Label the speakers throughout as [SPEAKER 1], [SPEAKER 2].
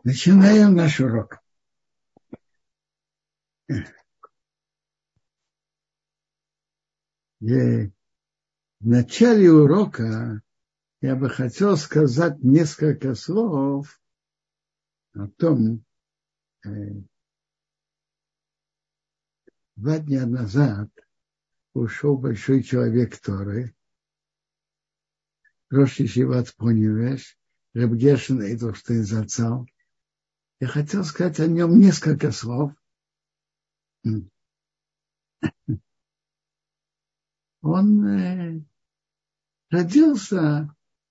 [SPEAKER 1] Начинаем наш урок. В начале урока я бы хотел сказать несколько слов о том, 2 дня назад ушел большой человек Торы, рош йешиват Поневеш, Реб Гершон Эйдлштейн зацал. Я хотел сказать о нем несколько слов. Он родился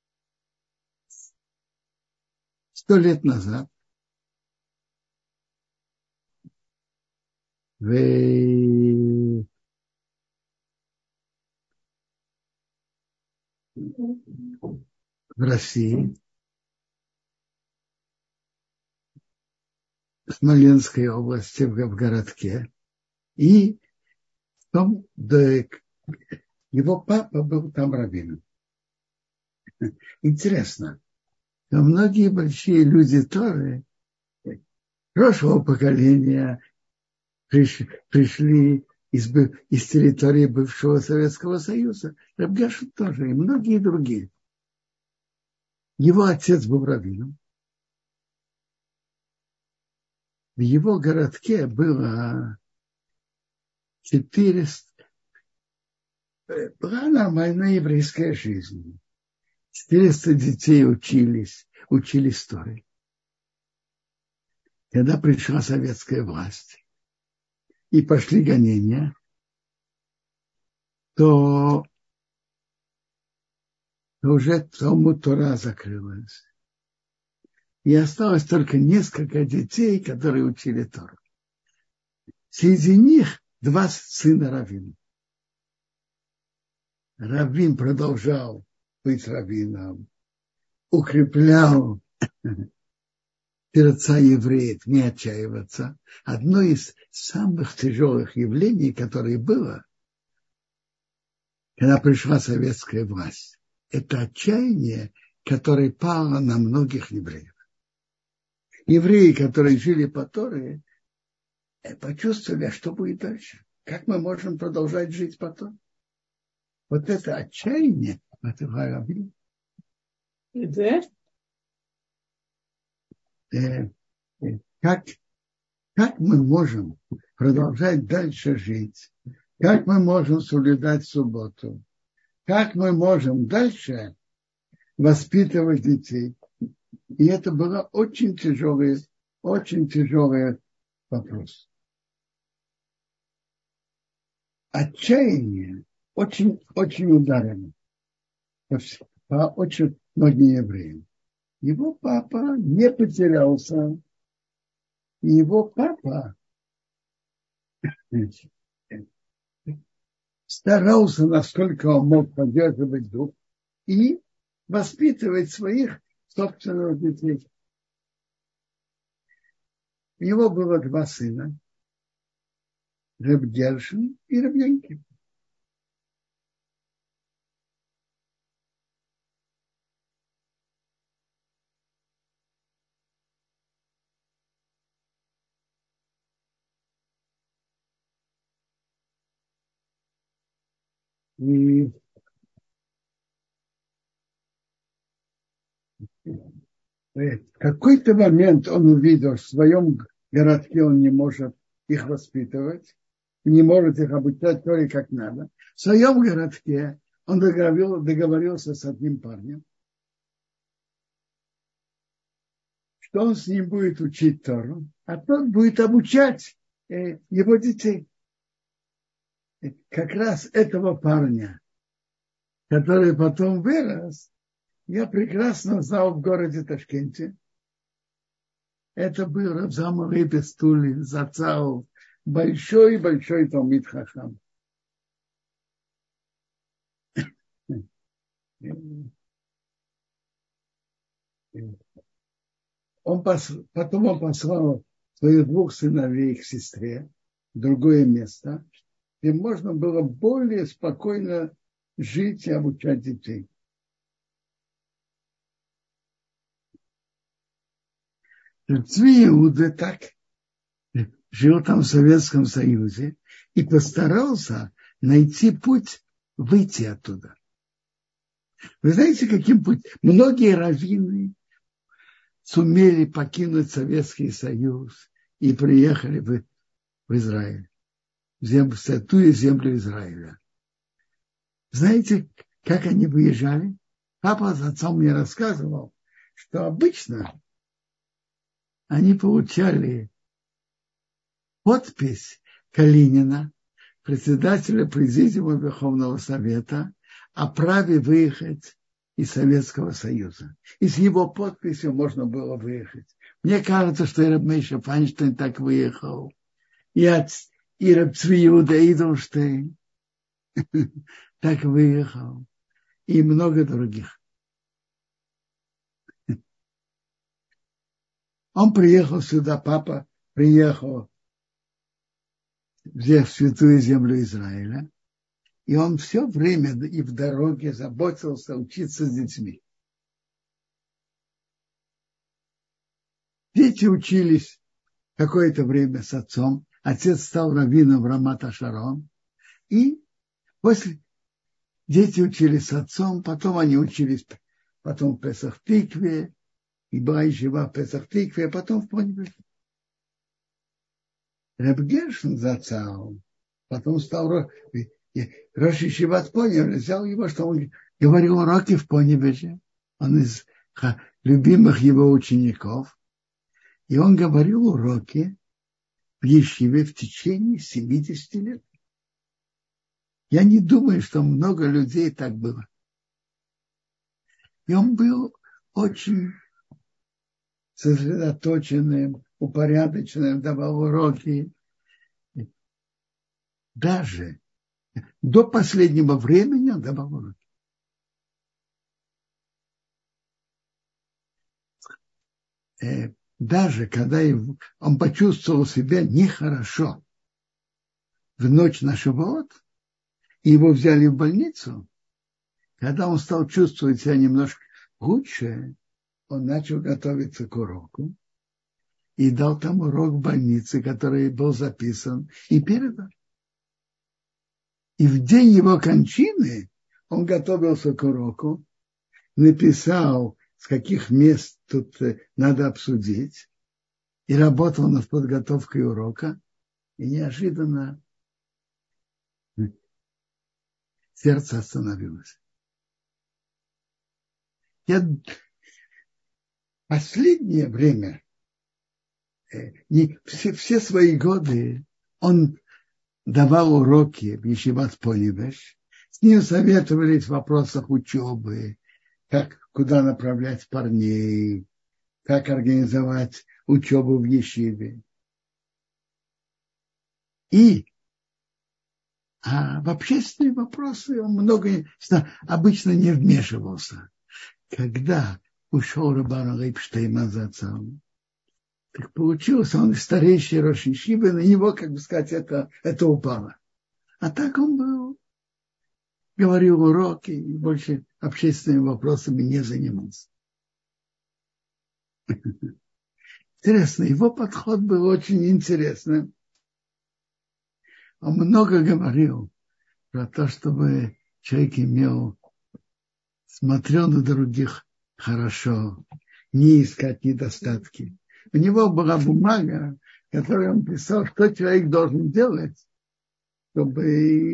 [SPEAKER 1] 100 лет назад в России, в Смоленской области, в городке. И его папа был там раввином. Интересно, но многие большие люди Торы прошлого поколения пришли из территории бывшего Советского Союза. Реб Гершон тоже, и многие другие. Его отец был раввином. В его городке было 400. Была нормальная еврейская жизнь. 400 детей учились Торе. Когда пришла советская власть и пошли гонения, то уже Талмуд Тора закрылась. И осталось только несколько детей, которые учили Тору. Среди них 2 сына раввина. Раввин продолжал быть раввином, укреплял сердца евреев не отчаиваться. Одно из самых тяжелых явлений, которое было, когда пришла советская власть, это отчаяние, которое пало на многих евреев. Евреи, которые жили по Торе, почувствовали, а что будет дальше? Как мы можем продолжать жить по Торе? Вот это отчаяние, это раввин. Как мы можем продолжать дальше жить? Как мы можем соблюдать субботу? Как мы можем дальше воспитывать детей? И это был очень тяжелый вопрос. Отчаяние очень ударено по очень многим евреям. Его папа не потерялся. И его папа старался, насколько он мог, поддерживать дух и воспитывать своих собственных детей. У него было 2 сына, Реб Гершон и Реб Йонкев. И в какой-то момент он увидел, что в своем городке он не может их воспитывать, не может их обучать Торе как надо. В своем городке он договорился с одним парнем, что он с ним будет учить Тору, а тот будет обучать его детей. Как раз этого парня, который потом вырос, я прекрасно знал в городе Ташкенте. Это был Рав Залман Рейбес Тулин, зацал, большой талмид хахам. Потом он послал своих 2 сыновей к сестре в другое место, где можно было более спокойно жить и обучать детей. Цви Иуда так жил там в Советском Союзе и постарался найти путь выйти оттуда. Вы знаете, каким путем? Многие раввины сумели покинуть Советский Союз и приехали в Израиль, в святую землю Израиля. Знаете, как они выезжали? Папа с отцом мне рассказывал, что обычно они получали подпись Калинина, председателя Президиума Верховного Совета, о праве выехать из Советского Союза. И с его подписью можно было выехать. Мне кажется, что и Раб Мейша Файнштейн так выехал. И Раб Цви Иуда Идельштейн так выехал. И много других. Он приехал сюда, папа приехал в святую землю Израиля. И он все время и в дороге заботился учиться с детьми. Дети учились какое-то время с отцом. Отец стал раввином в Рамат-а-Шарон. И после дети учились с отцом, потом они учились потом в Песах-Тикве, и была ешива в Песах-Тикве, а потом в Поневе. Реб Гершин зацал, потом стал Рош ешиват Поневе, взял его, что он говорил уроки в Поневе. Он из любимых его учеников. И он говорил уроки в ешиве в течение 70 лет. Я не думаю, что много людей так было. И он был очень сосредоточенным, упорядоченным, давал уроки. Даже до последнего времени он давал уроки. Даже когда он почувствовал себя нехорошо в ночь на Шавуот, и его взяли в больницу, когда он стал чувствовать себя немножко лучше, он начал готовиться к уроку и дал там урок в больнице, который был записан и передан. И в день его кончины он готовился к уроку, написал, с каких мест тут надо обсудить, и работал над подготовкой урока, и неожиданно сердце остановилось. Последнее время, все свои годы, он давал уроки в ешиват Поневеш. С ним советовались в вопросах учебы, куда направлять парней, как организовать учебу в ешиве. И в общественные вопросы он обычно не вмешивался. Когда ушел Рабан Лейбштейн за отцом, так получилось, он старейший рош ешивы, на него, как бы сказать, это упало. А так он был, говорил уроки и больше общественными вопросами не занимался. Интересно, его подход был очень интересным. Он много говорил про то, чтобы человек смотрел на других хорошо, не искать недостатки. У него была бумага, в которой он писал, что человек должен делать, чтобы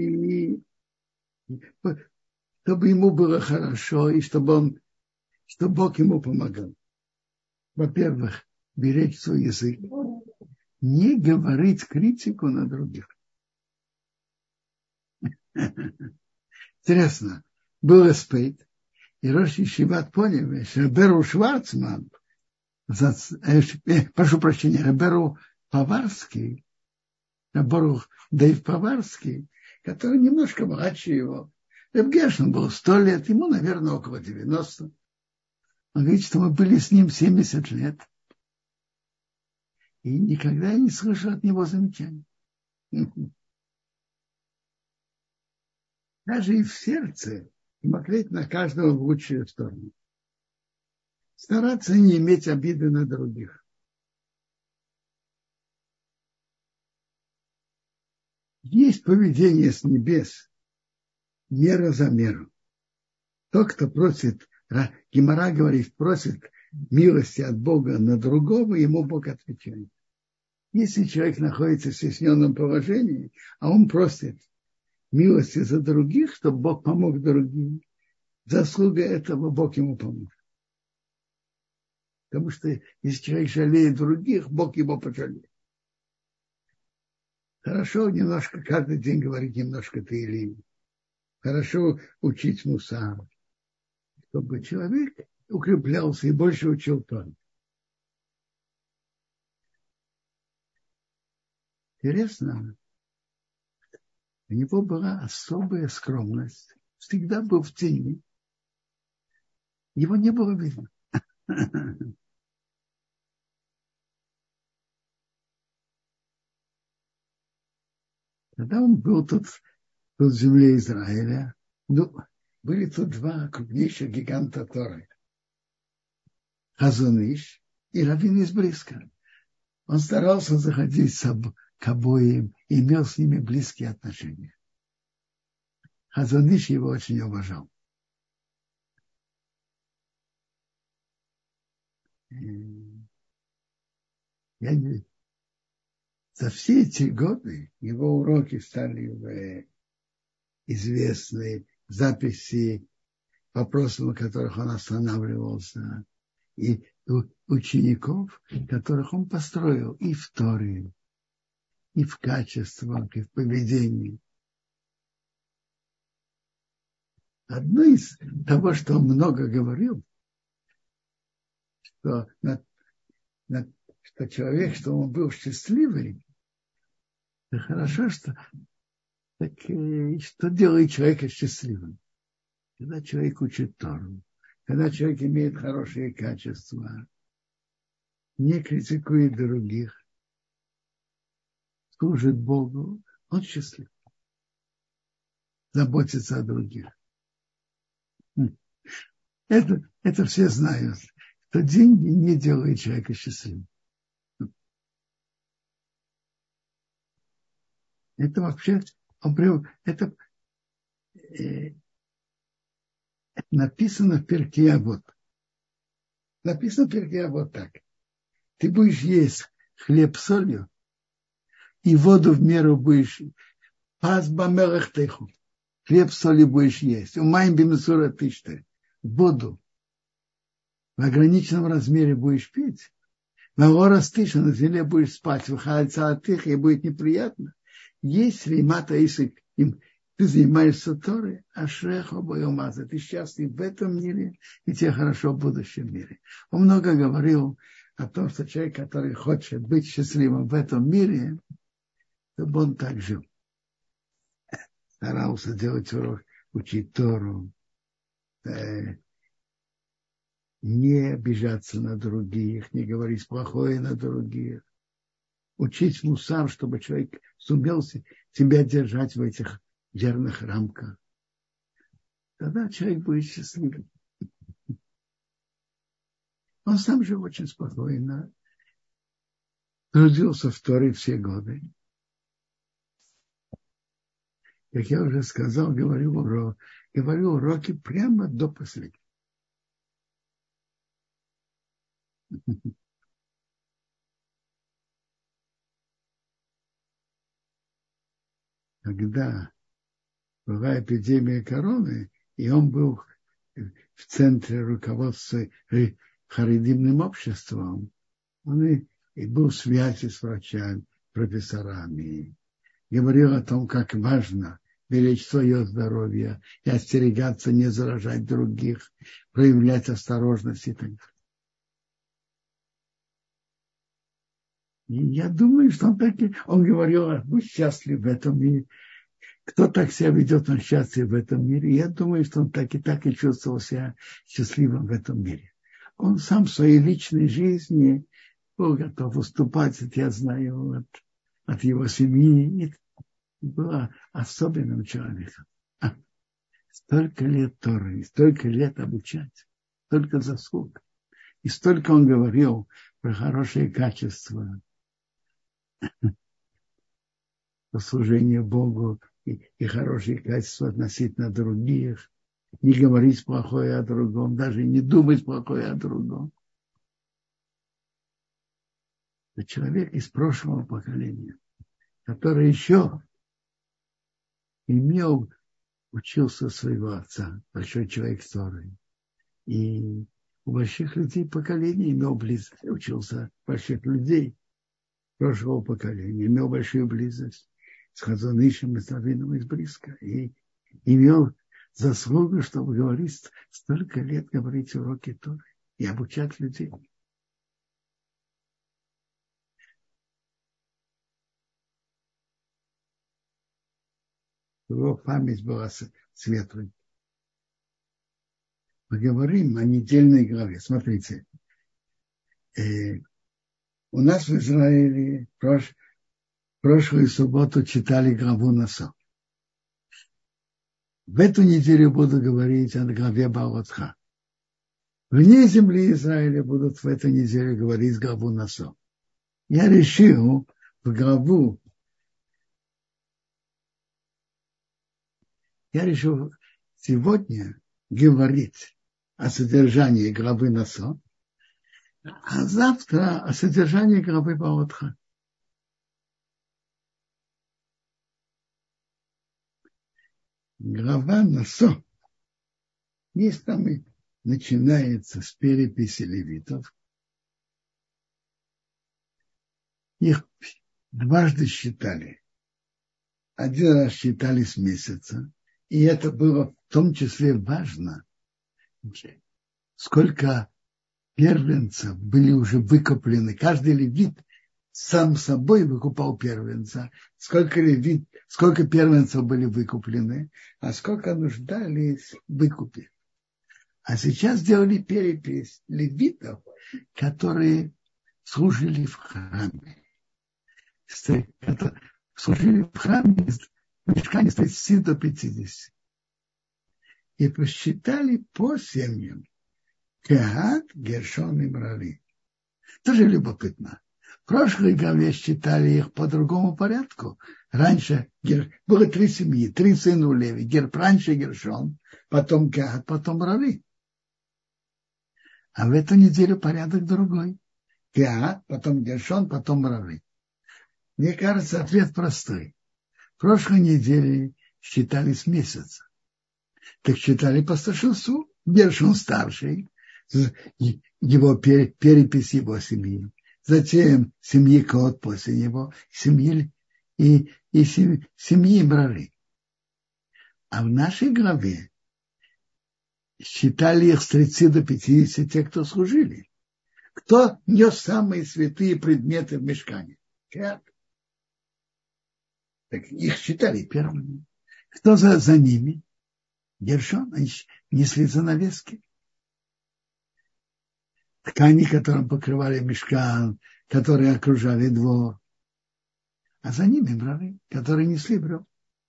[SPEAKER 1] ему было хорошо и чтобы Бог ему помогал. Во-первых, беречь свой язык, не говорить критику на других. Интересно, был эспейт, и рош ешиват Поневеш, Реберу Шварцман, прошу прощения, Реберу Поварский, Реберу Дэйв Поварский, который немножко младше его. Реб Гершин был 100 лет, ему, наверное, около 90. Он говорит, что мы были с ним 70 лет. И никогда я не слышал от него замечаний. Даже и в сердце смотреть на каждого в лучшую сторону. Стараться не иметь обиды на других. Есть поведение с небес, мера за меру. Тот, кто просит, Гемара говорит, просит милости от Бога на другого, ему Бог отвечает. Если человек находится в стесненном положении, а он просит милости за других, чтобы Бог помог другим, заслуга этого Бог ему поможет. Потому что если человек жалеет других, Бог его пожалеет. Хорошо немножко каждый день говорить немножко Теилим. Хорошо учить мусар, чтобы человек укреплялся и больше учил Тору. Интересно, у него была особая скромность. Всегда был в тени. Его не было видно. Когда он был тут в земле Израиля, были тут два крупнейших гиганта Торы. Хазон Иш и Раввин из Бриска. Он старался заходить к обоим и имел с ними близкие отношения. Хазон Иш его очень уважал. За все эти годы его уроки стали известны, записи, вопросы, на которых он останавливался, и учеников, которых он построил и в Торе, и в качествах, и в поведении. Одно из того, что он много говорил, что человек, что он был счастливый, это хорошо, что делает человека счастливым. Когда человек учит Тору, когда человек имеет хорошие качества, не критикует других, служит Богу, он счастлив. Заботится о других. Это все знают, что деньги не делают человека счастливым. Это вообще, это написано в Перкей Авот. Написано в Перкей Авот так. Ты будешь есть хлеб с солью, и воду в меру будешь. Пас бамелах теху. Хлеб с солью будешь есть. Умаем бимесура тышты. Воду в ограниченном размере будешь пить. На гора стыша, на земле будешь спать. Выходится от их, и будет неприятно. Если мата исык, ты занимаешься Торой, ашреха бойомаза, ты счастлив в этом мире, и тебе хорошо в будущем мире. Он много говорил о том, что человек, который хочет быть счастливым в этом мире, чтобы он так жил. Старался делать урок, учить Тору, не обижаться на других, не говорить плохое на других, учить мусар, чтобы человек сумел себя держать в этих верных рамках. Тогда человек будет счастливым. Он сам же очень спокойно трудился в Торе все годы. Как я уже сказал, говорил уроки прямо до последнего. Когда была эпидемия короны, и он был в центре руководства харидимным обществом, он и был в связи с врачами, профессорами, говорил о том, как важно беречь свое здоровье и остерегаться, не заражать других, проявлять осторожность и так далее. И я думаю, что он говорил, будь счастлив в этом мире. Кто так себя ведет, он счастлив в этом мире. Я думаю, что он так и чувствовал себя счастливым в этом мире. Он сам в своей личной жизни был готов уступать, это я знаю, от его семьи. Был особенным человеком. Столько лет Торы, столько лет обучать, столько заслуг. И столько он говорил про хорошие качества. служение Богу и хорошие качества относительно других, не говорить плохое о другом, даже не думать плохое о другом. Это человек из прошлого поколения, который еще учился своего отца, большой человек Торы. И у больших людей поколения имел близость, учился больших людей прошлого поколения, имел большую близость с Хазон Ишем и с Равином из близко. И имел заслугу, чтобы говорить, столько лет говорить уроки Торы и обучать людей. Его память была светлой. Мы говорим о недельной главе. Смотрите, у нас в Израиле прошлую субботу читали главу Насо. В эту неделю буду говорить о главе Баалотха. Вне земли Израиля будут в эту неделю говорить главу Насо. Я решил сегодня говорить о содержании главы Насо, а завтра о содержании главы Баалотха. Глава Насо, есть там и начинается с переписи левитов. Их дважды считали. Один раз считали с месяца. И это было в том числе важно, сколько первенцев были уже выкуплены. Каждый левит сам собой выкупал первенца. Сколько первенцев были выкуплены, а сколько нуждались в выкупе. А сейчас сделали перепись левитов, которые служили в храме. Служили в храме в мешкане с 30 до 50. И посчитали по семьям. Кеат, Гершон и Мрари. Тоже любопытно. В прошлой главе считали их по другому порядку. Раньше было 3 семьи, 3 сына у Леви. Раньше Гершон, потом Кеат, потом Мрари. А в эту неделю порядок другой. Кеат, потом Гершон, потом Мрари. Мне кажется, ответ простой. В прошлой неделе считали с месяца. Так считали по старшинству. Гершон старший, его перепись его семьи. Затем семьи Кот после него, семьи Мрары. А в нашей главе считали их с 30 до 50 те, кто служили. Кто нес самые святые предметы в мешкане? Так их считали первыми. Кто за ними? Гершон, они несли занавески. Ткани, которым покрывали мешкан, которые окружали двор. А за ними Мрары, которые несли бревна.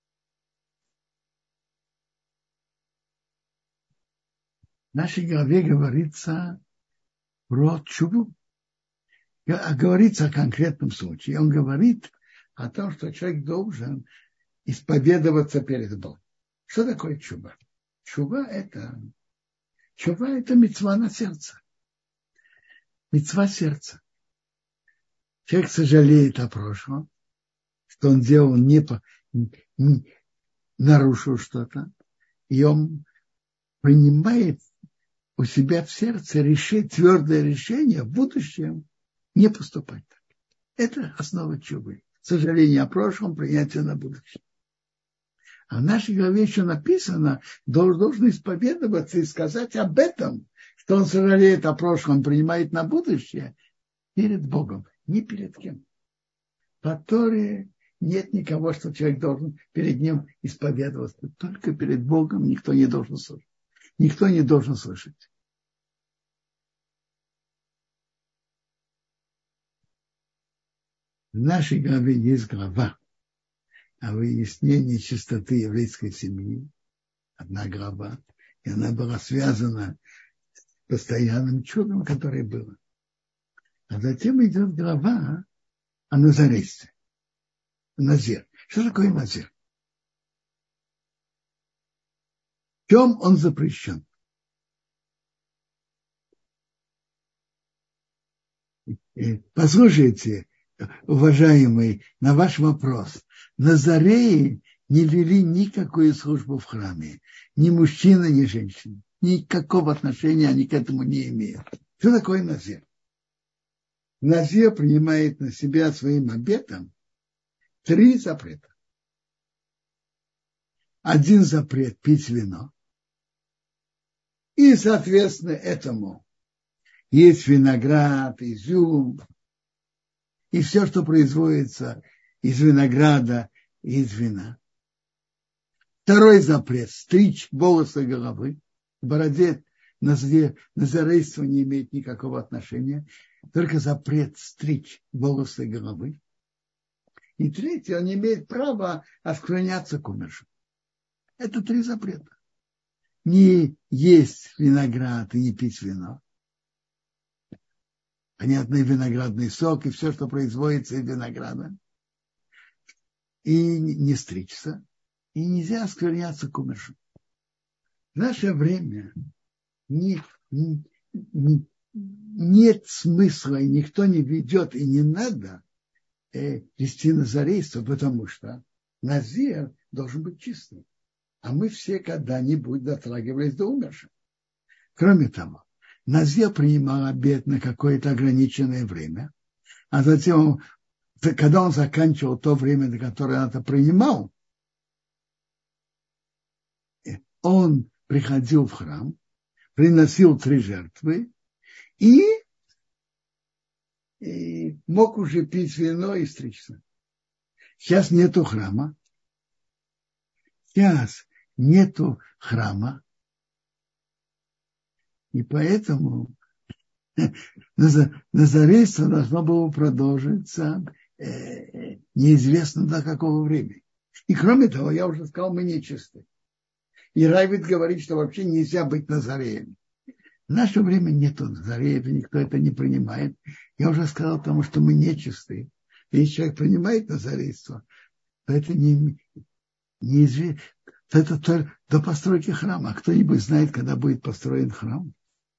[SPEAKER 1] В нашей главе говорится про чуву. Говорится о конкретном случае. Он говорит о том, что человек должен исповедоваться перед Богом. Что такое чува? Чува это мицва на сердце. Мицва сердца. Человек сожалеет о прошлом, что он делал, нарушил что-то, и он принимает у себя в сердце твердое решение в будущем не поступать так. Это основа чувы. Сожаление о прошлом, принятие на будущее. А в нашей главе еще написано, должен исповедоваться и сказать об этом, что он сожалеет о прошлом, принимает на будущее перед Богом, не перед кем. Которые нет никого, что человек должен перед ним исповедоваться. Только перед Богом никто не должен слышать. Никто не должен слышать. В нашей главе есть глава о выяснении чистоты еврейской семьи. Одна глава. И она была связана с постоянным чудом, которое было. А затем идет глава о назарействе. Назир. Что такое назир? В чем он запрещен? Послушайте, уважаемый, на ваш вопрос. Назареи не вели никакую службу в храме. Ни мужчина, ни женщина. Никакого отношения они к этому не имеют. Что такое назир? Назир принимает на себя своим обетом 3 запрета. Один запрет – пить вино. И, соответственно, этому есть виноград, изюм, и все, что производится из винограда и из вина. Второй запрет – стричь волосы головы. К бороде назарейство не имеет никакого отношения. Только запрет стричь волосы головы. И третий – он не имеет права оскверняться к умершим. Это 3 запрета. Не есть виноград и не пить вино. Понятный виноградный сок и все, что производится из винограда. И не стричься. И нельзя оскверняться к умершим. В наше время нет смысла, и никто не ведет, и не надо вести назарейство, потому что назир должен быть чистым. А мы все когда-нибудь дотрагивались до умерших. Кроме того, назир принимал обет на какое-то ограниченное время, а затем, когда он заканчивал то время, на которое он это принимал, он приходил в храм, приносил 3 жертвы и мог уже пить вино и стричься. Сейчас нету храма. И поэтому назарейство должно было продолжиться неизвестно до какого времени. И кроме того, я уже сказал, мы нечисты. И Равид говорит, что вообще нельзя быть назареем. В наше время нету назареев, и никто это не принимает. Я уже сказал потому, что мы нечисты. Если человек принимает назарейство, то это неизвестно. Это до постройки храма. А кто-нибудь знает, когда будет построен храм?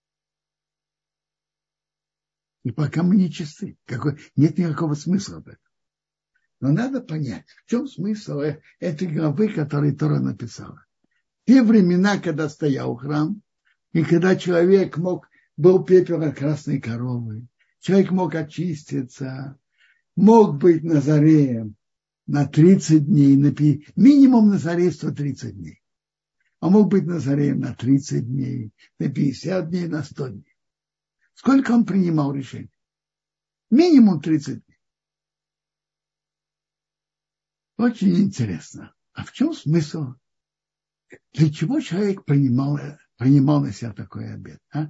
[SPEAKER 1] И пока мы нечисты. Нет никакого смысла в этом. Но надо понять, в чем смысл этой главы, которую Тора написала. В те времена, когда стоял храм, и когда человек был пепел от красной коровы, человек мог очиститься, мог быть назареем на 30 дней, минимум назарейство 30 дней. Он мог быть назареем на 30 дней, на 50 дней, на 100 дней. Сколько он принимал решений? Минимум 30 дней. Очень интересно. А в чем смысл? Для чего человек принимал на себя такой обет? А?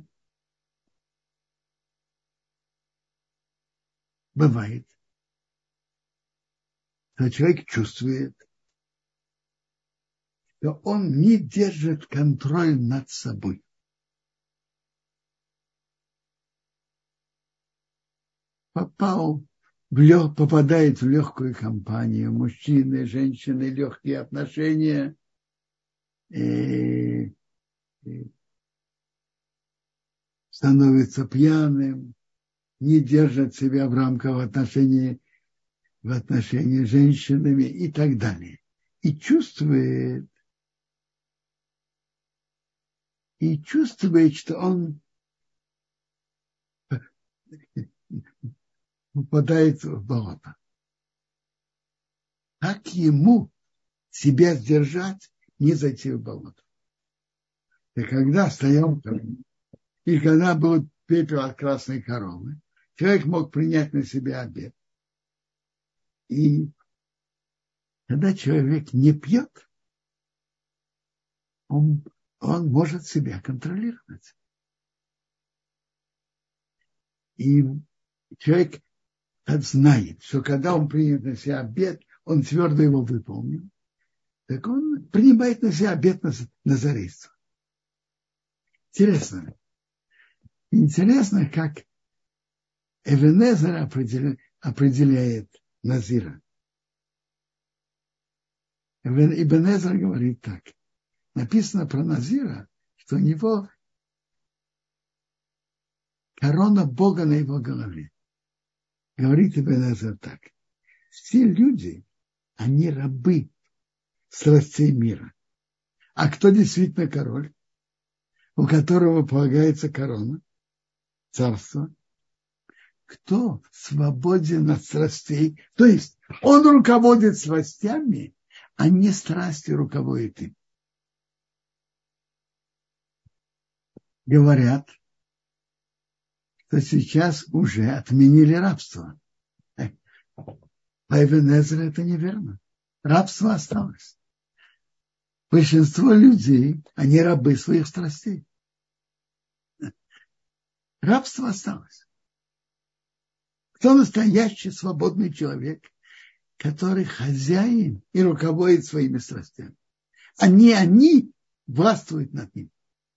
[SPEAKER 1] Бывает, что человек чувствует, что он не держит контроль над собой. Попадает в легкую компанию, мужчины, женщины, легкие отношения, становится пьяным, не держит себя в рамках отношений с женщинами и так далее. И чувствует, что он попадает в болото. Как ему себя сдержать, не зайти в болото? И когда стоял и когда был пепел от красной коровы, человек мог принять на себя обет. И когда человек не пьет, он может себя контролировать. И человек знает, что когда он примет на себя обет, он твердо его выполнил, так он принимает на себя обет назарейства. Интересно, как Эвен Эзер определяет назира. Ибн Эзра говорит так. Написано про Назира, что у него корона Бога на его голове. Говорит Ибн Эзра так. Все люди, они рабы страстей мира. А кто действительно король, у которого полагается корона, царство? Кто свободен от страстей? То есть он руководит страстями, а не страсти руководит им. Говорят, что сейчас уже отменили рабство. По Ибн Эзра это неверно. Рабство осталось. Большинство людей, они рабы своих страстей. Рабство осталось. Кто настоящий свободный человек, который хозяин и руководит своими страстями? Они властвуют над ним.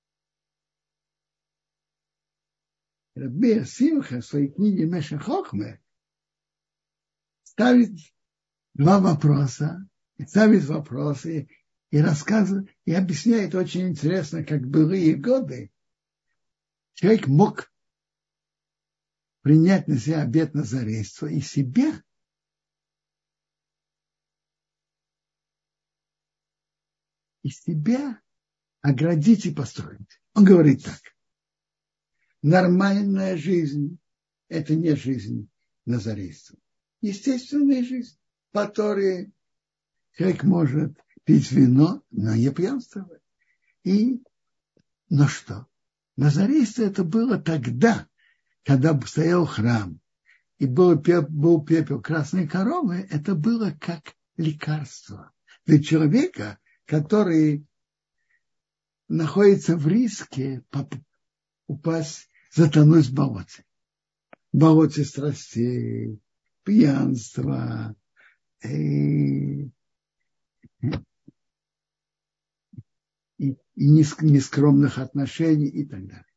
[SPEAKER 1] Рабби Симха в своей книге Мешех Хохме ставит два вопроса, и рассказывает, и объясняет очень интересно, как в былые годы человек мог принять на себя обет назарейства и себя оградить и построить. Он говорит так. Нормальная жизнь – это не жизнь назарейства. Естественная жизнь, в которой человек может пить вино, но не пьянствовать. Но что? Назарейство это было тогда, когда стоял храм, и был пепел красной коровы, это было как лекарство для человека, который находится в риске упасть, затонуть в болоте. В болоте страстей, пьянства, и нескромных отношений и так далее.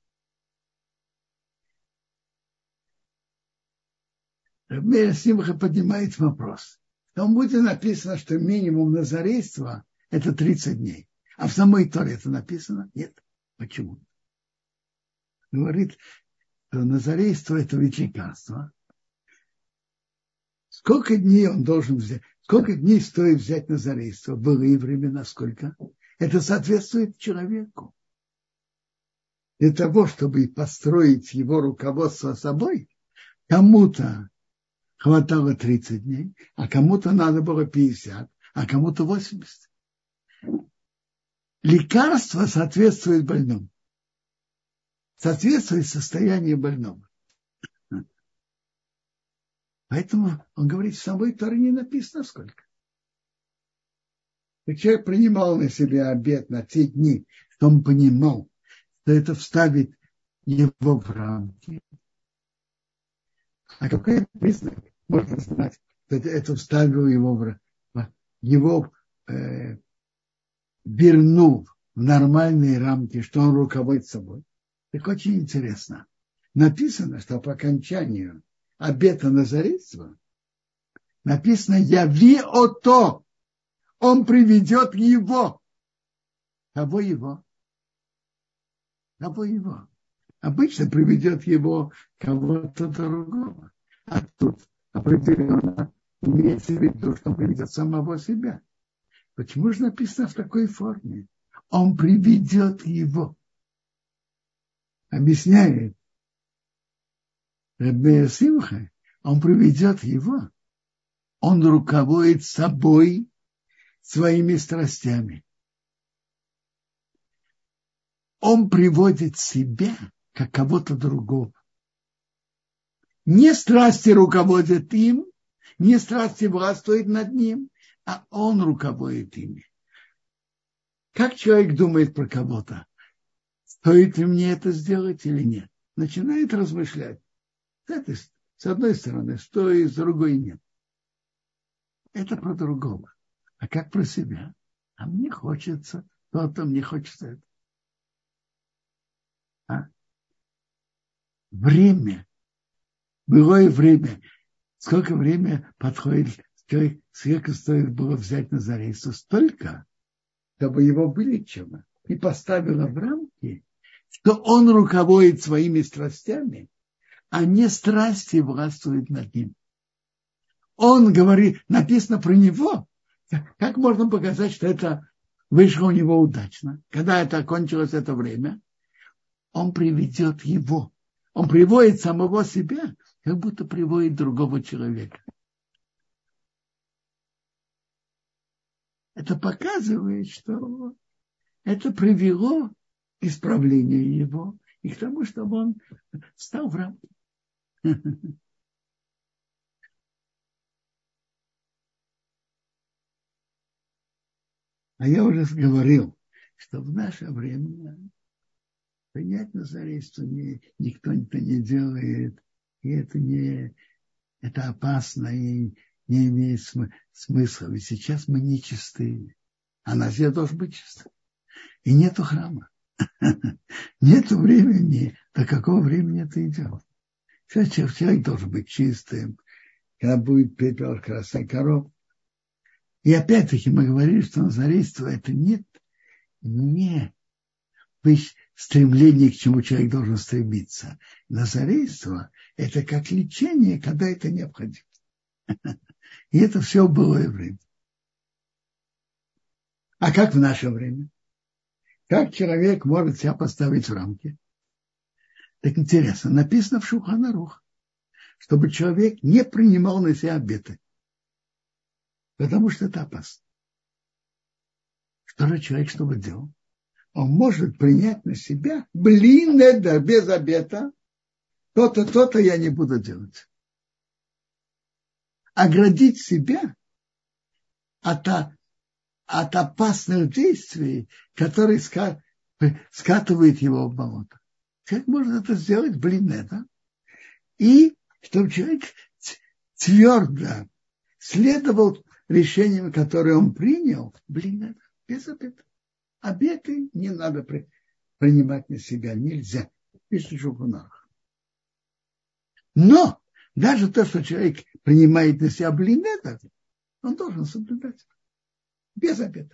[SPEAKER 1] Рабби Симха поднимает вопрос. В Талмуде написано, что минимум назарейства – это 30 дней. А в самой Торе это написано? Нет. Почему? Говорит, что назарейство – это ведь лекарство. Сколько дней он должен взять? Сколько дней стоит взять назарейство? В былые времена сколько? Это соответствует человеку. Для того, чтобы построить его руководство собой, кому-то хватало 30 дней, а кому-то надо было 50, а кому-то 80. Лекарство соответствует больному. Соответствует состоянию больного. Поэтому он говорит, в самой Торе не написано сколько. И человек принимал на себя обет на те дни, что он понимал, что это вставит его в рамки. А какой признак можно знать, что это вставило его вернул в нормальные рамки, что он руководит собой? Так очень интересно. Написано, что по окончанию обета назарейства написано «Яви ото». Он приведет его. Кого его? Кого его? Обычно приведет его кого-то другого. А тут определенно имеется в виду, что он приведет самого себя. Почему же написано в такой форме? Он приведет его. Объясняет Рабби Симха, он приведет его. Он руководит собой, своими страстями. Он приводит себя как кого-то другого. Не страсти руководят им, не страсти властвуют над ним, а он руководит ими. Как человек думает про кого-то? Стоит ли мне это сделать или нет? Начинает размышлять. С одной стороны стоит, с другой нет. Это про другого. А как про себя? А мне хочется то-то, мне хочется это. Время. Былое время. Сколько время подходит человеку стоит было взять назарейство столько, чтобы его вылечило и поставило в рамки, что он руководит своими страстями, а не страсти властвуют над ним. Он говорит, написано про него, как можно показать, что это вышло у него удачно. Когда это окончилось это время, он приведет его. Он приводит самого себя, как будто приводит другого человека. Это показывает, что это привело к исправлению его и к тому, чтобы он встал в рамки. А я уже говорил, что в наше время принять назарейство никто не делает, и это опасно и не имеет смысла. Ведь сейчас мы нечистые, а Назир должен быть чистым. И нету храма. Нету времени. До какого времени это идет? Человек должен быть чистым, когда будет пепел красной коровы. И опять-таки мы говорили, что назарейство это не стремление, к чему человек должен стремиться. Назарейство это как лечение, когда это необходимо. И это все в былое время. А как в наше время? Как человек может себя поставить в рамки? Так интересно, написано в Шулхан Арух, чтобы человек не принимал на себя обеты. Потому что это опасно. Что же человек что бы делал? Он может принять на себя, это без обета, то-то я не буду делать. Оградить себя от опасных действий, которые скатывают его в болото. Человек может это сделать, это. И чтобы человек твердо следовал решениям, которые он принял, это, без обета. Обеты не надо принимать на себя, нельзя. Пишет Шулхан Арух. Но даже то, что человек принимает на себя это, он должен соблюдать. Без обета.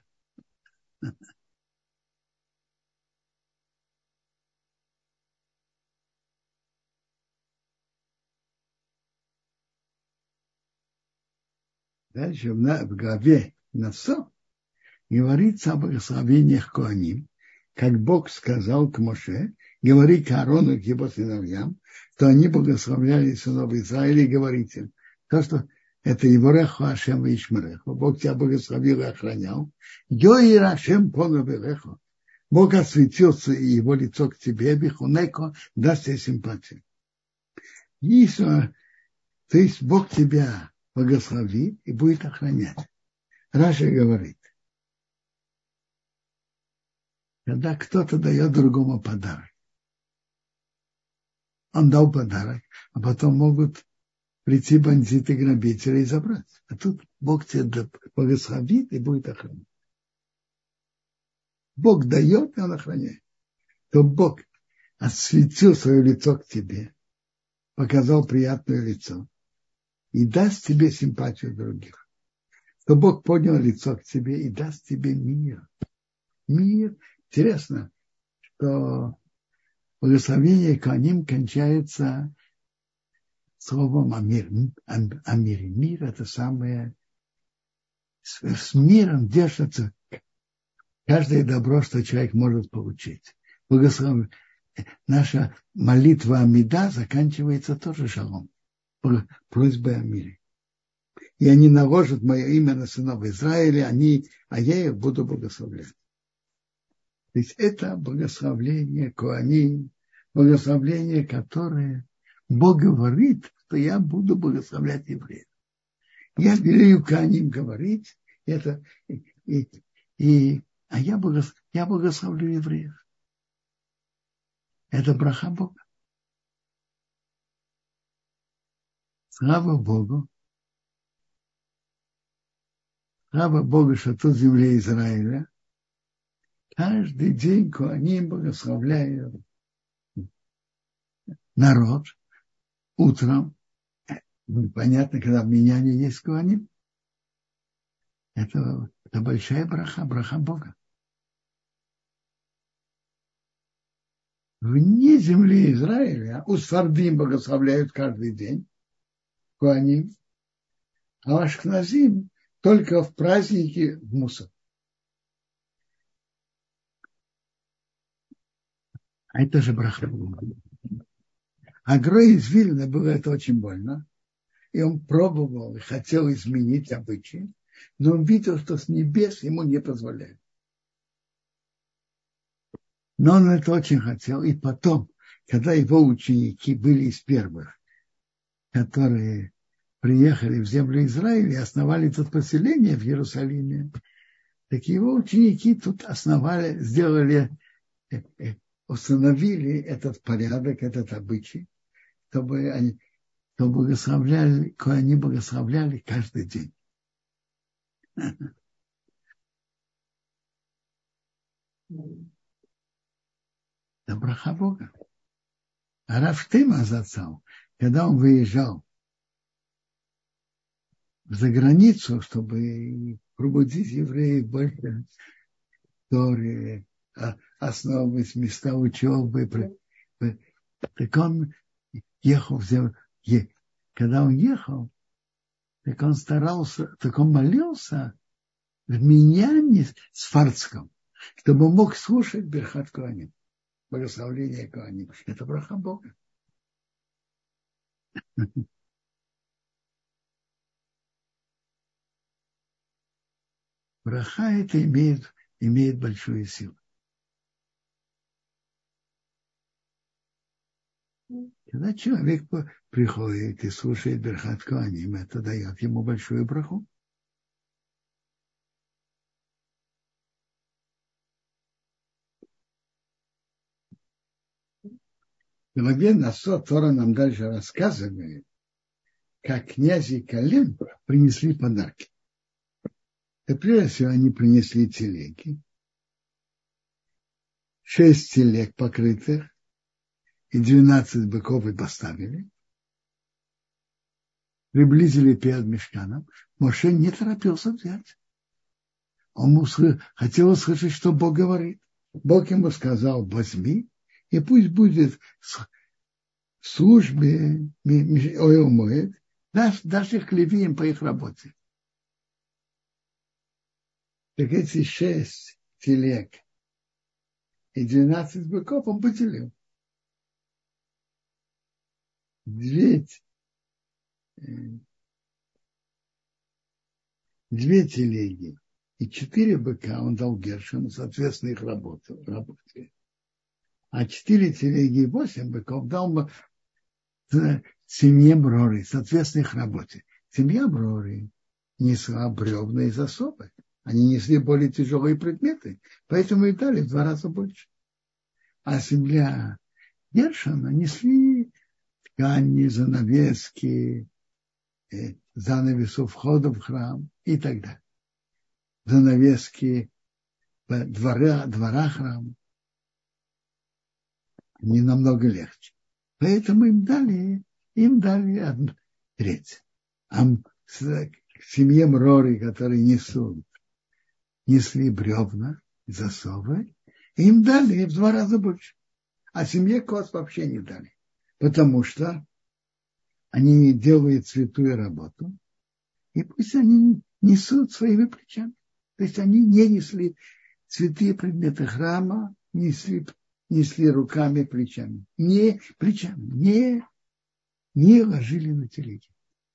[SPEAKER 1] Дальше в главе Насо говорится о благословениях Коаним, как Бог сказал к Моше, говори к Аарону и к его сыновьям, что они благословляли сынов Израиля, и говорите, то, что это Ивареху Ашем и Ишмереху, Бог тебя благословил и охранял, Йоир Ашем понавелеху, Бог осветился и его лицо к тебе, Бихунеко даст тебе симпатию. То есть Бог тебя благословит и будет охранять. Раши говорит, когда кто-то дает другому подарок, он дал подарок, а потом могут прийти бандиты, грабители и забрать. А тут Бог тебя благословит и будет охранять. Бог дает, и он охраняет. То Бог осветил свое лицо к тебе, показал приятное лицо и даст тебе симпатию других. То Бог поднял лицо к тебе и даст тебе мир. Мир. Интересно, что благословение Коаним кончается словом «амир». Амир. Мир – это самое... С миром держится каждое добро, что человек может получить. Наша молитва Амида заканчивается тоже шалом. Просьбой о мире. И они наложат мое имя на сынов Израиля, а я их буду благословлять. То есть это благословление Коаним, благословление, которое Бог говорит, что я буду благословлять евреев. Я велю Коаним говорить, а я благословлю евреев. Это браха Бога. Слава Богу. Слава Богу, что тут в земле Израиля каждый день Коаним благословляют народ утром. Понятно, когда в Миньяне есть Коаним, Это большая браха Бога. Вне земли Израиля Усфардим благословляют каждый день, Коаним, а Ашкназим только в праздники в Мусор. А это же браха Бога. А Грой из Вильна было это очень больно. И он пробовал и хотел изменить обычаи, но он видел, что с небес ему не позволяют. Но он это очень хотел. И потом, когда его ученики были из первых, которые приехали в землю Израиля и основали тут поселение в Иерусалиме, так его ученики тут основали, установили этот порядок, этот обычай, чтобы они благословляли каждый день. Это браха Бога. А Рав Штейман зацал, когда он выезжал за границу, чтобы пробудить евреев больше Торе, основывать места учебы, так он ехал в землю. Когда он ехал, так он старался, так он молился в миньяне сфардском, чтобы он мог слушать Берхат Коаним, благословление Коаним. Это браха Бога. Браха это имеет большую силу. Когда человек приходит и слушает Берхат Коаним, это дает ему большую браху. В главе Насот Тора нам дальше рассказывает, как князи Калим принесли подарки. И прежде всего они принесли телеги. 6 телег покрытых и 12 быков и поставили. Приблизили перед мишканом. Моше не торопился взять. Он хотел услышать, что Бог говорит. Бог ему сказал: возьми, и пусть будет в службе Оэл Моэд, дашь их левиям по их работе. Так эти 6 телег и 12 быков он поделил. Две телеги и 4 быка он дал Гершону, соответственно, их работе. А 4 телеги и 8 быков дал семье Брори, соответственно, их работе. Семья Брори несла бревна и засобы. Они несли более тяжелые предметы, поэтому их дали в 2 раза больше. А семья Гершона несли ткани, занавески, занавесу входа в храм и так далее. Занавески двора храма. Они намного легче. Поэтому им дали 1/3. А семье Мрори, которые несли бревна, засовы, им дали в 2 раза больше. А семье Кос вообще не дали. Потому что они делают святую работу, и пусть они несут своими плечами. То есть они не несли святые предметы храма, несли руками, плечами. Не ложили на телеги.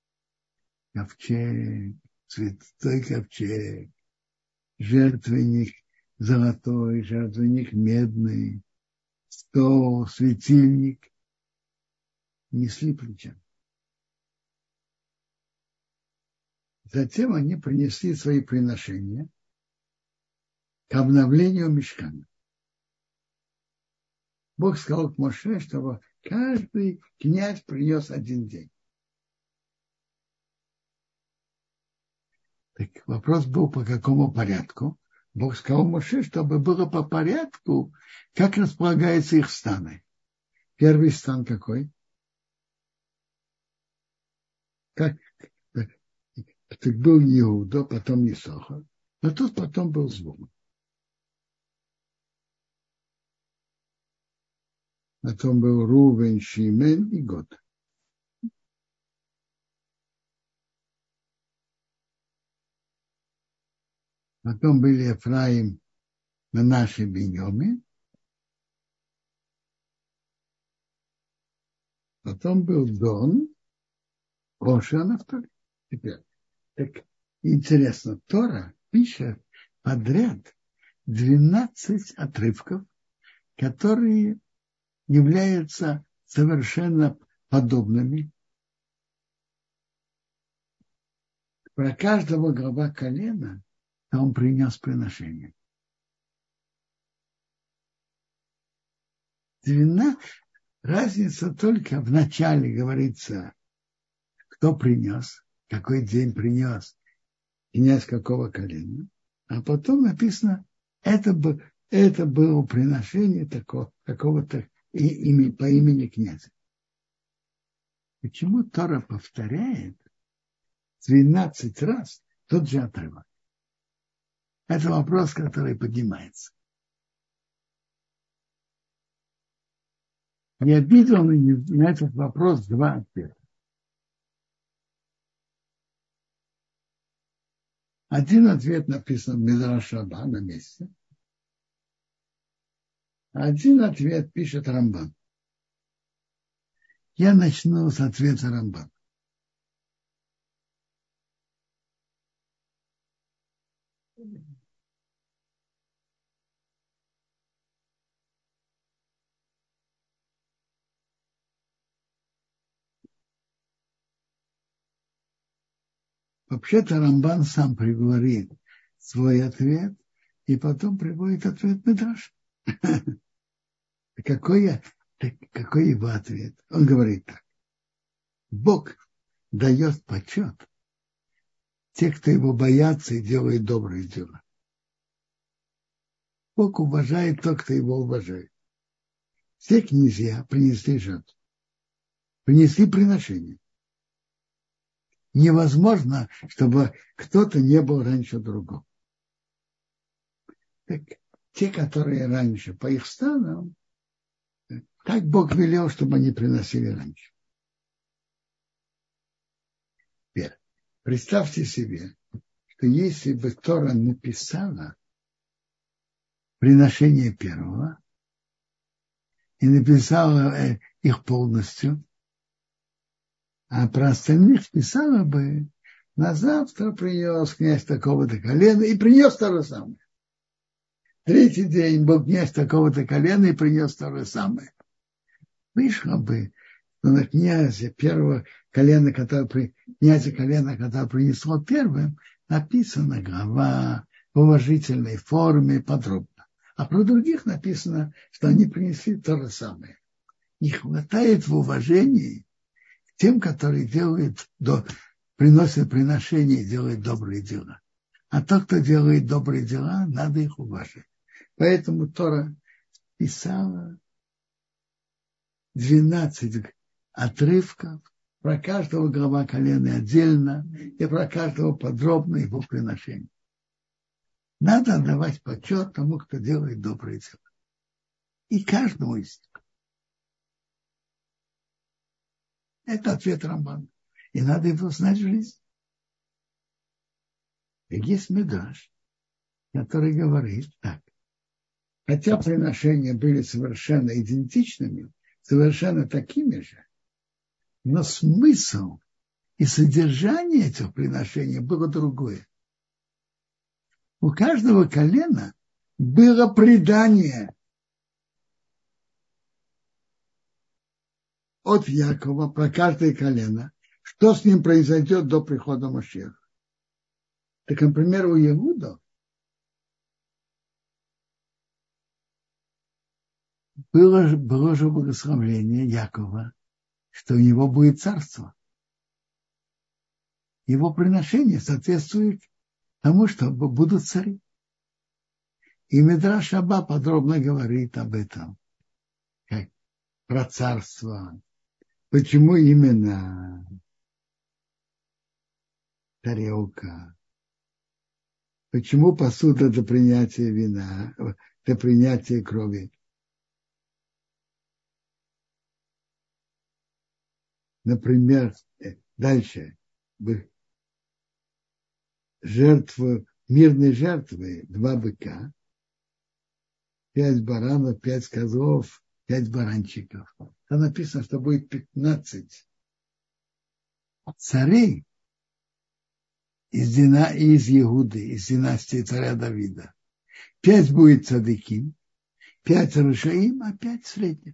[SPEAKER 1] Ковчег, святой ковчег, жертвенник золотой, жертвенник медный, стол, светильник. Несли плечами. Затем они принесли свои приношения к обновлению мишкана. Бог сказал к Моше, чтобы каждый князь принес 1 день. Так вопрос был, по какому порядку. Бог сказал Моше, чтобы было по порядку, как располагаются их станы. Первый стан какой? Так был Иуда, потом Исахар, а тут потом был Звулун. Потом был Рувен, Шимен и Год. Потом были Ефраим, Менаше, Беньямин. Потом был Дон, Оша, Нафтали. Теперь, так интересно, Тора пишет подряд 12 отрывков, которые являются совершенно подобными. Про каждого глава колена он принес приношение. 12. Разница только в начале говорится, кто принес, какой день принес, князь какого колена. А потом написано, это было приношение какого-то по имени князя. Почему Тора повторяет 12 раз тот же отрывок? Это вопрос, который поднимается. Я видел на этот вопрос два ответа. Один ответ написан в Мидраш Раба на месте. Один ответ пишет Рамбан. Я начну с ответа Рамбана. Вообще-то Рамбан сам приговорит свой ответ и потом приводит ответ Мидраша. Какой его ответ? Он говорит так. Бог дает почет те, кто его боятся и делает добрые дела. Бог уважает тех, кто его уважает. Все князья принесли жертву, принесли приношение. Невозможно, чтобы кто-то не был раньше другого. Так те, которые раньше по их станам, так Бог велел, чтобы они приносили раньше. Теперь, представьте себе, что если бы Тора написала приношение первого и написала их полностью, а про остальных писала бы, на завтра принес князь такого-то колена и принес то же самое. Третий день был князь такого-то колена и принес то же самое. Вышло бы, что на князя первого колена, князя колена, которое принесло первым, написана глава в уважительной форме подробно. А про других написано, что они принесли то же самое. Не хватает в уважении тем, которые приносят приношения и делают добрые дела. А тот, кто делает добрые дела, надо их уважать. Поэтому Тора писала 12 отрывков, про каждого глава колена отдельно и про каждого подробно его приношение. Надо отдавать почет тому, кто делает добрые дела. И каждому из них. Это ответ Рамбана. И надо его знать в жизни. И есть Мидраш, который говорит так. Хотя приношения были совершенно идентичными, совершенно такими же, но смысл и содержание этих приношений было другое. У каждого колена было предание от Якова про каждое колено, что с ним произойдет до прихода Машиаха. Так, например, у Иуда было же благословение Якова, что у него будет царство. Его приношение соответствует тому, что будут цари. И Мидраш Раба подробно говорит об этом, как про царство. Почему именно тарелка. Почему посуда для принятия вина, для принятия крови? Например, дальше. Мирные жертвы, 2 быка, 5 баранов, 5 козлов, 5 баранчиков. Там написано, что будет 15 царей из Иуды, из династии царя Давида. 5 будет цадыким, 5 рашаим, а 5 средних.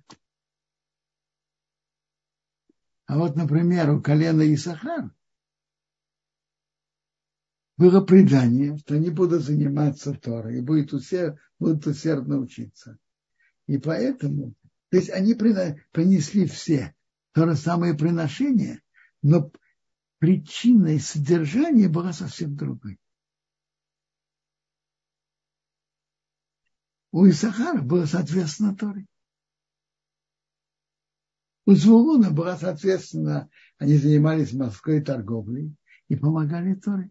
[SPEAKER 1] А вот, например, у колена Исахар было предание, что они будут заниматься Торой и будут усердно учиться. И поэтому, то есть они принесли все то же самое приношение, но причина и содержание было совсем другое. У Исахара было, соответственно, Торы. У Звулуна было, соответственно, они занимались морской торговлей и помогали Торе.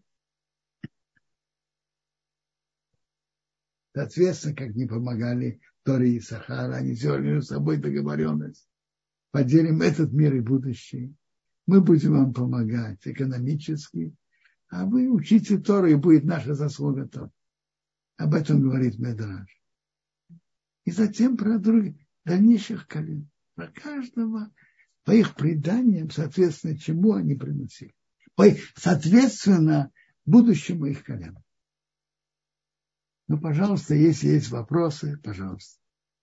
[SPEAKER 1] Соответственно, как не помогали Торе и Исахара, они сделали между собой договоренность. Поделим этот мир и будущее. Мы будем вам помогать экономически, а вы учите Тору, и будет наша заслуга Тора. Об этом говорит Медраж. И затем про других дальнейших колен. Про каждого, по их преданиям, соответственно, чему они приносили. Соответственно, будущему их колен. Ну, пожалуйста, если есть вопросы, пожалуйста.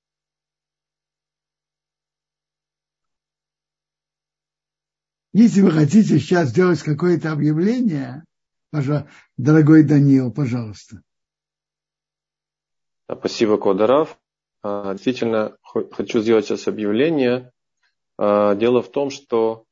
[SPEAKER 1] Если вы хотите сейчас сделать какое-то объявление, дорогой Даниил, пожалуйста.
[SPEAKER 2] Спасибо, Квадарав. Действительно, хочу сделать сейчас объявление. Дело в том, что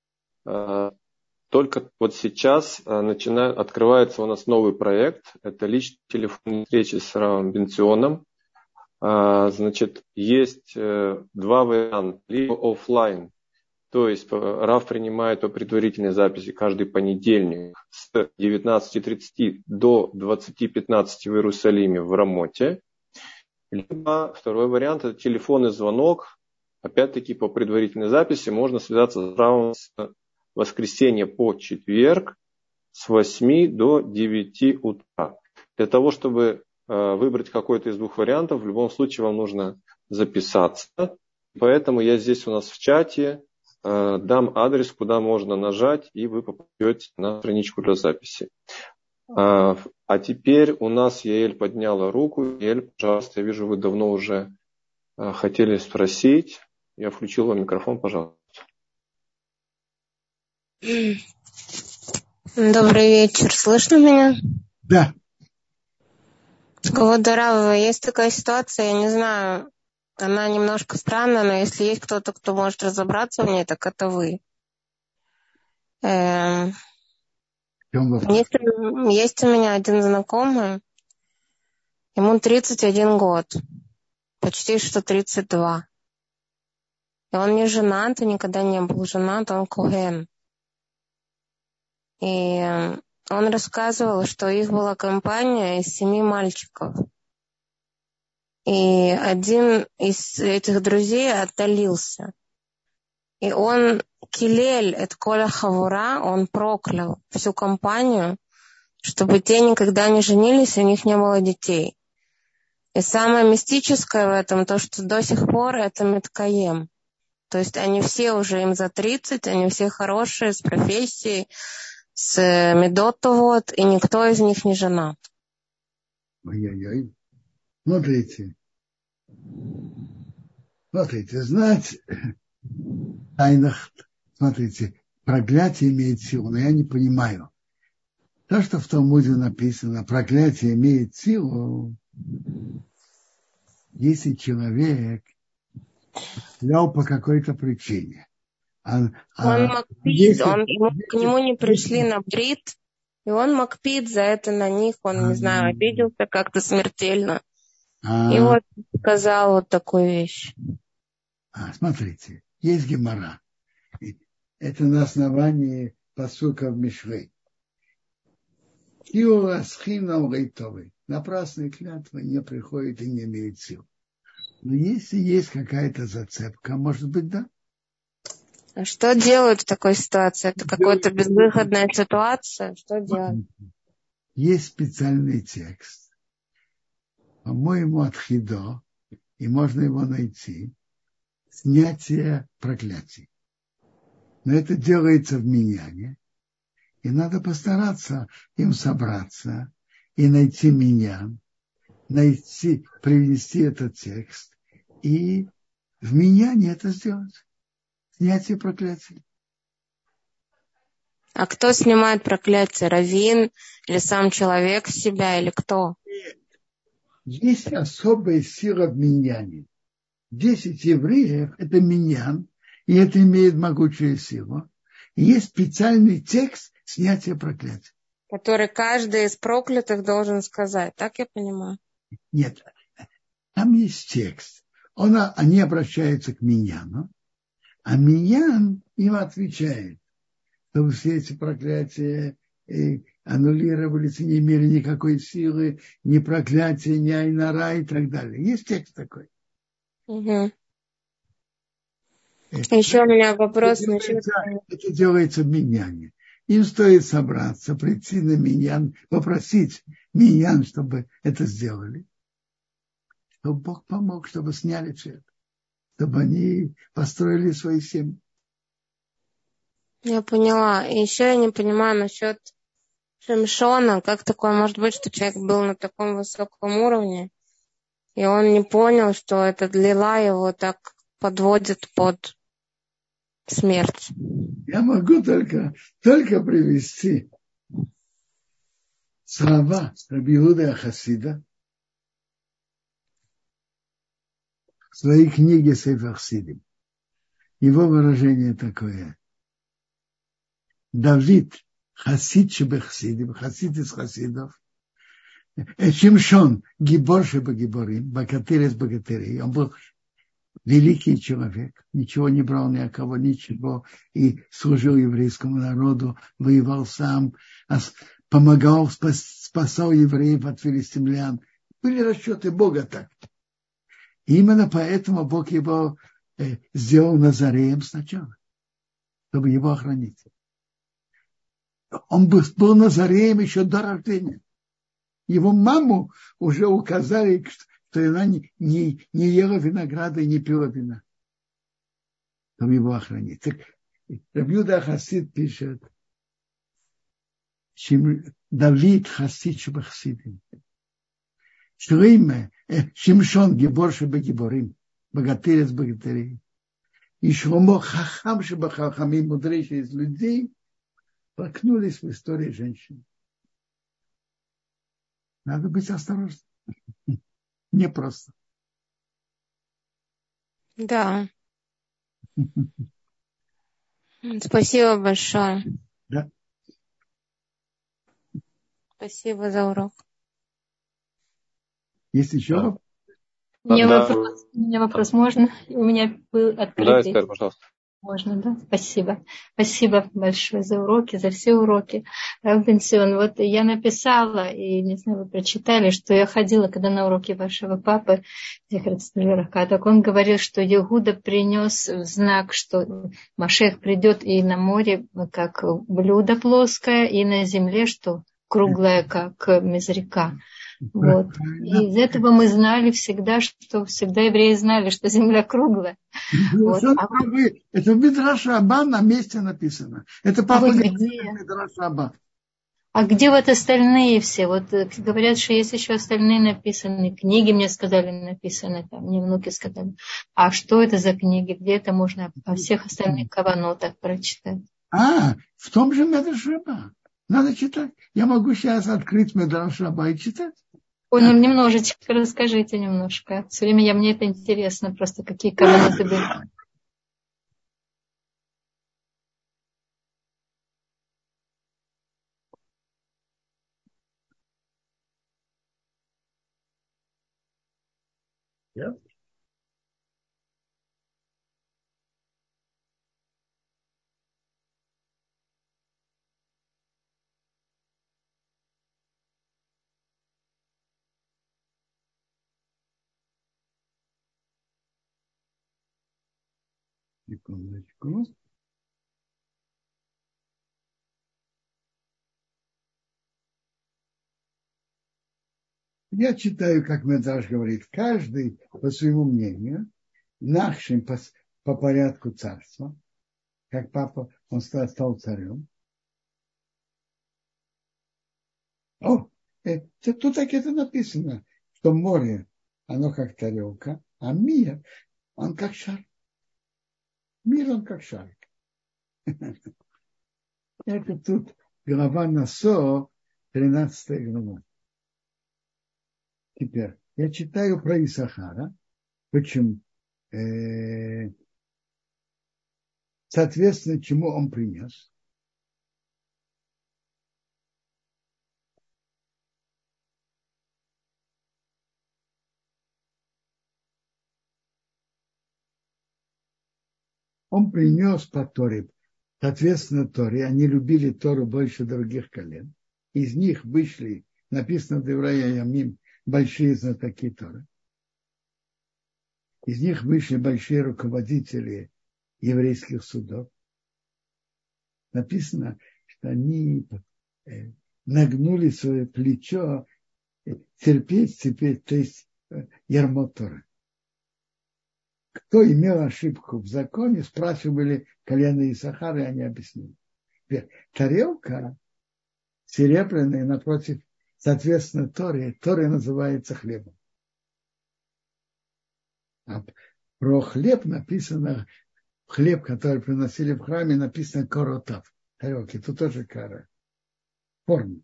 [SPEAKER 2] только вот сейчас открывается у нас новый проект. Это личная телефонная встреча с Равом Бенционом. Значит, есть 2 варианта. Либо офлайн, то есть Рав принимает по предварительной записи каждый понедельник с 19:30 до 20:15 в Иерусалиме в Рамоте. Либо второй вариант – это телефонный звонок. Опять-таки по предварительной записи можно связаться с Равом с воскресенья по четверг с 8 до 9 утра. Для того, чтобы выбрать какой-то из 2 вариантов, в любом случае вам нужно записаться. Поэтому я здесь у нас в чате дам адрес, куда можно нажать, и вы попадете на страничку для записи. А теперь у нас Яэль подняла руку. Яэль, пожалуйста, я вижу, вы давно уже хотели спросить. Я включил вам микрофон, пожалуйста.
[SPEAKER 3] Добрый вечер. Слышно меня?
[SPEAKER 1] Да.
[SPEAKER 3] Квадарава, есть такая ситуация, я не знаю, она немножко странная, но если есть кто-то, кто может разобраться в ней, так это вы. Есть у меня один знакомый, ему 31 год, почти что 32. И он не женат, и никогда не был женат, он коэн. И он рассказывал, что их была компания из 7 мальчиков. И один из этих друзей отдалился. И он килель эт коля хавура, он проклял всю компанию, чтобы те никогда не женились, и у них не было детей. И самое мистическое в этом, то, что до сих пор это миткаем. То есть они все уже им за 30, они все хорошие, с профессией, с медотовод, и никто из них не женат.
[SPEAKER 1] Ой-ой-ой. Смотрите, знать тайнах, смотрите, проклятие имеет силу, но я не понимаю. То, что в Талмуде написано, проклятие имеет силу, если человек клял по какой-то причине.
[SPEAKER 3] Он макпид, к нему не пришли на брит, и он макпид за это на них, он, не знаю, обиделся как-то смертельно. И вот сказал вот такую вещь.
[SPEAKER 1] Смотрите, есть гемара. Это на основании пасука в Мишвей. Напрасные клятвы не приходят и не имеют сил. Но если есть какая-то зацепка, может быть, да.
[SPEAKER 3] А что делают в такой ситуации? Это какая-то безвыходная ситуация? Что делать?
[SPEAKER 1] Есть специальный текст, по-моему, от Хидо, и можно его найти, снятие проклятий. Но это делается в миньяне, и надо постараться им собраться и найти миньян, привести этот текст и в миньяне это сделать. Снятие проклятий.
[SPEAKER 3] А кто снимает проклятие? Раввин или сам человек с себя, или кто?
[SPEAKER 1] Есть особая сила в миньяне. 10 евреев – это миньян, и это имеет могучую силу. И есть специальный текст снятия проклятия.
[SPEAKER 3] Который каждый из проклятых должен сказать. Так я понимаю?
[SPEAKER 1] Нет, там есть текст. Они обращаются к миньяну, а миньян им отвечает, чтобы все эти проклятия аннулировались и не имели никакой силы, ни проклятия, ни айнара и так далее. Есть текст такой.
[SPEAKER 3] Угу. Еще у меня вопрос насчет...
[SPEAKER 1] Это делается в миньяне. Им стоит собраться, прийти на миньян, попросить миньян, чтобы это сделали. Чтобы Бог помог, чтобы сняли все это. Чтобы они построили свои семьи.
[SPEAKER 3] Я поняла. И еще я не понимаю насчет Шимшона. Как такое может быть, что человек был на таком высоком уровне, и он не понял, что эта длила его так подводит под смерть.
[SPEAKER 1] Я могу только привести слова Раби Иуда Хасида в своей книге Сефер Хасидим. Его выражение такое. Давид Хасид Шебехсидим, Хасид из Хасидов, Шимшон Гибор Шебегиборим, Богатырь из Богатырей. Он был великий человек, ничего не брал ни от кого, ничего, и служил еврейскому народу, воевал сам, помогал, спасал евреев от филистимлян. Были расчеты Бога так. И именно поэтому Бог его сделал Назареем сначала, чтобы его охранить. Он был Назареем еще до рождения. Его маму уже указали, что она не ела винограда и не пила вина, чтобы его охранить. Так Раби Иуда Хасид пишет, Давид Хасид Шебахсидим. Шимшон Гибор Шебегиборим, богатырь из богатырей. И Шломо Хахам Шебахахамим, мудрейший из людей, столкнулись в истории женщин. Надо быть осторожным. Непросто.
[SPEAKER 3] Да. Спасибо большое.
[SPEAKER 1] Да.
[SPEAKER 3] Спасибо за урок.
[SPEAKER 1] Есть еще вопрос?
[SPEAKER 4] У меня вопрос можно? У меня был открытый.
[SPEAKER 2] Да, Эстер, пожалуйста.
[SPEAKER 4] Можно, да? Спасибо. Спасибо большое за уроки, за все уроки. Рав Бенцион, вот я написала, и, не знаю, вы прочитали, что я ходила, когда на уроки вашего папы, так он говорил, что Иуда принес в знак, что Машех придет и на море, как блюдо плоское, и на земле, что круглое, как мезряка. Вот. И из этого мы знали всегда, что всегда евреи знали, что земля круглая. Вот.
[SPEAKER 1] Это в Мидраш Раба на месте написано. Это папа Мидраш Раба.
[SPEAKER 4] А где вот остальные все? Вот говорят, что есть еще остальные написанные книги, мне сказали, написаны, там, мне внуки сказали. А что это за книги? Где это можно о всех остальных каванотах прочитать?
[SPEAKER 1] В том же Мидраш Раба. Надо читать. Я могу сейчас открыть Мидраш Раба и читать.
[SPEAKER 4] Ой, ну немножечко, расскажите немножко. Все время мне это интересно, просто какие каваноты были.
[SPEAKER 1] Yeah. Секундочку. Я читаю, как Медраш говорит, каждый по своему мнению, нашим по порядку царства, как папа, он стал царем. Тут так это написано, что море, оно как тарелка, а мир, он как шар. Мир, он как шарик. Это тут глава Насо, 13 глава. Теперь я читаю про Исахара, почему, соответственно, чему он принес. Он принес по Торе, соответственно, Торе, они любили Тору больше других колен. Из них вышли, написано в Деврая Ямим, большие знатоки Торы. Из них вышли большие руководители еврейских судов. Написано, что они нагнули свое плечо терпеть, то есть ярмо Торы. Кто имел ошибку в законе, спрашивали колено Исахара, и они объяснили. Тарелка серебряная напротив, соответственно, Торе называется хлебом. А про хлеб написано, хлеб, который приносили в храме, написано коротав. Тарелки, тут тоже кара. Форма.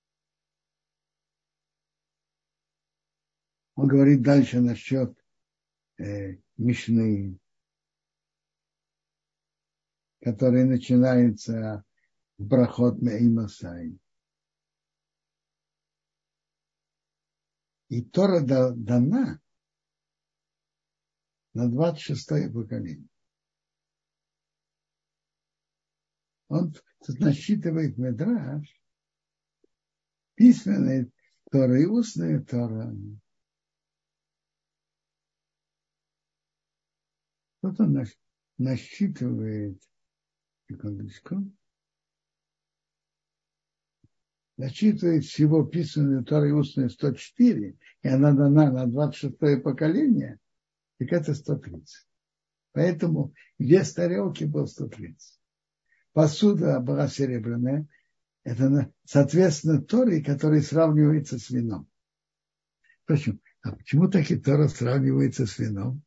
[SPEAKER 1] Он говорит дальше насчет Мишны, которые начинаются в Брахот Меимасай. И Тора дана на 26-е поколение. Он тут насчитывает Медраш, письменная Тора и устная Тора. Вот он насчитывает, секундочку, насчитывает всего писанную Тору и устную 104, и она дана на 26-е поколение, так это 130. Поэтому вес тарелки был 130. Посуда была серебряная, это, соответственно, Торе, который сравнивается с вином. Почему? А почему так и Тора сравнивается с вином?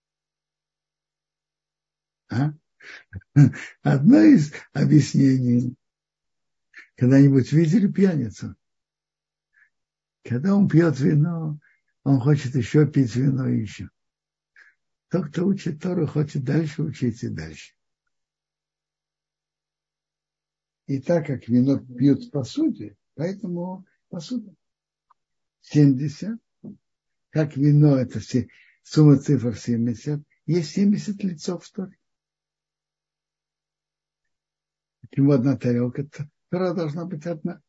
[SPEAKER 1] Одно из объяснений. Когда-нибудь видели пьяницу? Когда он пьет вино, он хочет еще пить вино и еще. Тот, кто учит Тору, хочет дальше учить и дальше. И так как вино пьют в посуде, поэтому посуда 70. Как вино, это сумма цифр 70. Есть 70 лицов в Торе. Почему одна тарелка? Тора должна быть одна.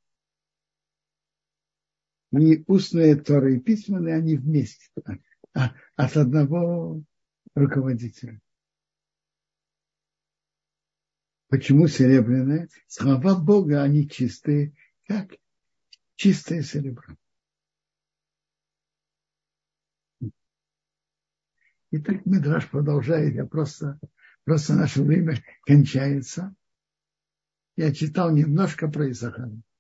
[SPEAKER 1] И устные Торы и письменные, они вместе. От одного руководителя. Почему серебряные? Слова Бога, они чистые, как чистое серебро. И так Мидраш продолжает, просто наше время кончается. Я читал немножко про Исахара.